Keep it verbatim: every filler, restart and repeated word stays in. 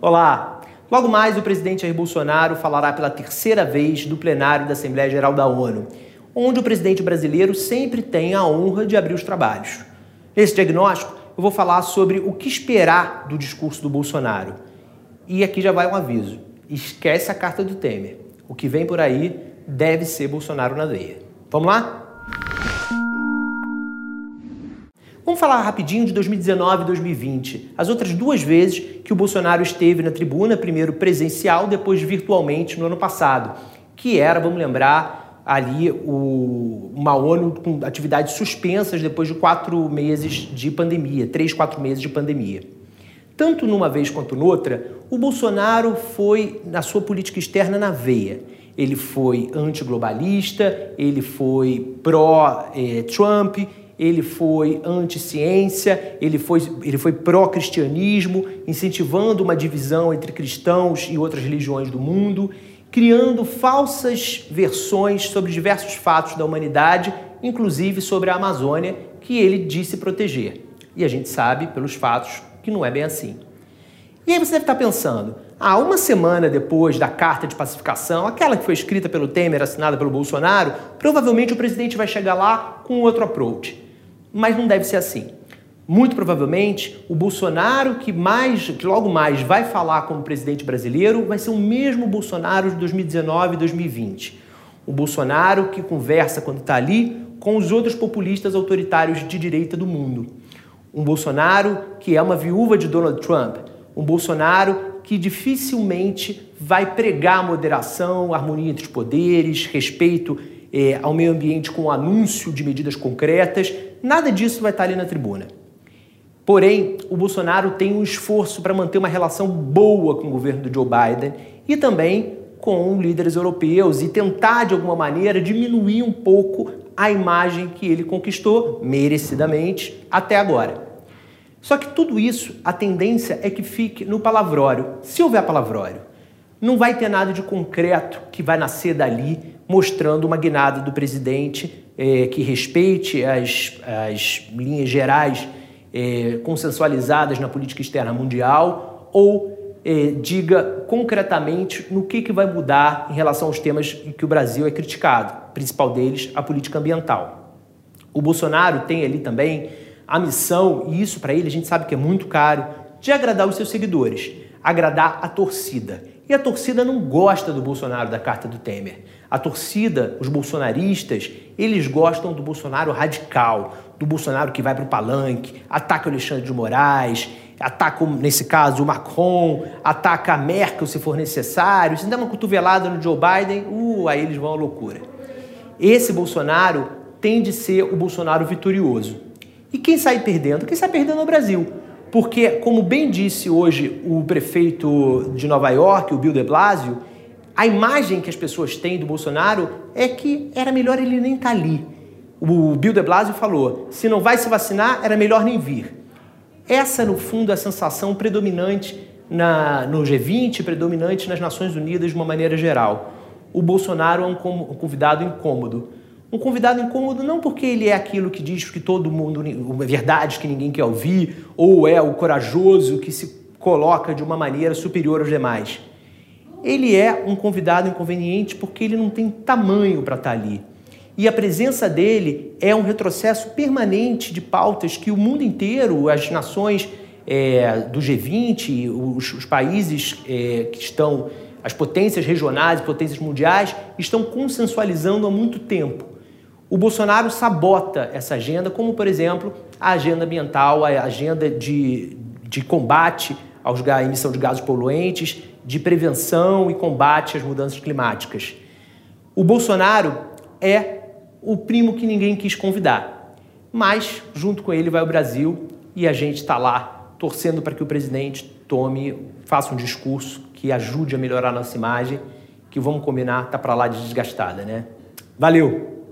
Olá! Logo mais, o presidente Jair Bolsonaro falará pela terceira vez do plenário da Assembleia Geral da ONU, onde o presidente brasileiro sempre tem a honra de abrir os trabalhos. Nesse diagnóstico, eu vou falar sobre o que esperar do discurso do Bolsonaro. E aqui já vai um aviso. Esquece a carta do Temer. O que vem por aí deve ser Bolsonaro na veia. Vamos lá? Vamos falar rapidinho de dois mil e dezenove e dois mil e vinte, as outras duas vezes que o Bolsonaro esteve na tribuna, primeiro presencial, depois virtualmente no ano passado, que era, vamos lembrar, ali o, uma ONU com atividades suspensas depois de quatro meses de pandemia, três, quatro meses de pandemia. Tanto numa vez quanto noutra, o Bolsonaro foi na sua política externa na veia. Ele foi antiglobalista, ele foi pró-Trump, ele foi anti-ciência, ele foi, ele foi pró-cristianismo, incentivando uma divisão entre cristãos e outras religiões do mundo, criando falsas versões sobre diversos fatos da humanidade, inclusive sobre a Amazônia, que ele disse proteger. E a gente sabe, pelos fatos, que não é bem assim. E aí você deve estar pensando, ah, uma semana depois da carta de pacificação, aquela que foi escrita pelo Temer, assinada pelo Bolsonaro, provavelmente o presidente vai chegar lá com outro approach. Mas não deve ser assim. Muito provavelmente, o Bolsonaro que, mais, que logo mais vai falar como presidente brasileiro vai ser o mesmo Bolsonaro de dois mil e dezenove e dois mil e vinte. O Bolsonaro que conversa quando está ali com os outros populistas autoritários de direita do mundo. Um Bolsonaro que é uma viúva de Donald Trump. Um Bolsonaro que dificilmente vai pregar moderação, harmonia entre os poderes, respeito eh, ao meio ambiente com o anúncio de medidas concretas. Nada disso vai estar ali na tribuna. Porém, o Bolsonaro tem um esforço para manter uma relação boa com o governo do Joe Biden e também com líderes europeus e tentar, de alguma maneira, diminuir um pouco a imagem que ele conquistou, merecidamente, até agora. Só que tudo isso, a tendência é que fique no palavrório. Se houver palavrório, não vai ter nada de concreto que vai nascer dali, mostrando uma guinada do presidente eh, que respeite as, as linhas gerais eh, consensualizadas na política externa mundial ou eh, diga concretamente no que, que vai mudar em relação aos temas em que o Brasil é criticado, o principal deles, a política ambiental. O Bolsonaro tem ali também a missão, e isso para ele a gente sabe que é muito caro, de agradar os seus seguidores, agradar a torcida. E a torcida não gosta do Bolsonaro da carta do Temer. A torcida, os bolsonaristas, eles gostam do Bolsonaro radical, do Bolsonaro que vai para o palanque, ataca o Alexandre de Moraes, ataca, nesse caso, o Macron, ataca a Merkel se for necessário, se der uma cotovelada no Joe Biden, uh, aí eles vão à loucura. Esse Bolsonaro tem de ser o Bolsonaro vitorioso. E quem sai perdendo? Quem sai perdendo é o Brasil. Porque, como bem disse hoje o prefeito de Nova York, o Bill de Blasio, a imagem que as pessoas têm do Bolsonaro é que era melhor ele nem estar ali. O Bill de Blasio falou, se não vai se vacinar, era melhor nem vir. Essa, no fundo, é a sensação predominante na, no G vinte, predominante nas Nações Unidas de uma maneira geral. O Bolsonaro é um convidado incômodo. Um convidado incômodo não porque ele é aquilo que diz que todo mundo, verdades que ninguém quer ouvir, ou é o corajoso que se coloca de uma maneira superior aos demais. Ele é um convidado inconveniente porque ele não tem tamanho para estar ali. E a presença dele é um retrocesso permanente de pautas que o mundo inteiro, as nações é, do G vinte, os, os países é, que estão, as potências regionais e potências mundiais, estão consensualizando há muito tempo. O Bolsonaro sabota essa agenda, como, por exemplo, a agenda ambiental, a agenda de, de combate aos, à emissão de gases poluentes, de prevenção e combate às mudanças climáticas. O Bolsonaro é o primo que ninguém quis convidar, mas, junto com ele, vai o Brasil e a gente está lá torcendo para que o presidente tome, faça um discurso que ajude a melhorar a nossa imagem, que, vamos combinar, está para lá de desgastada, né? Valeu!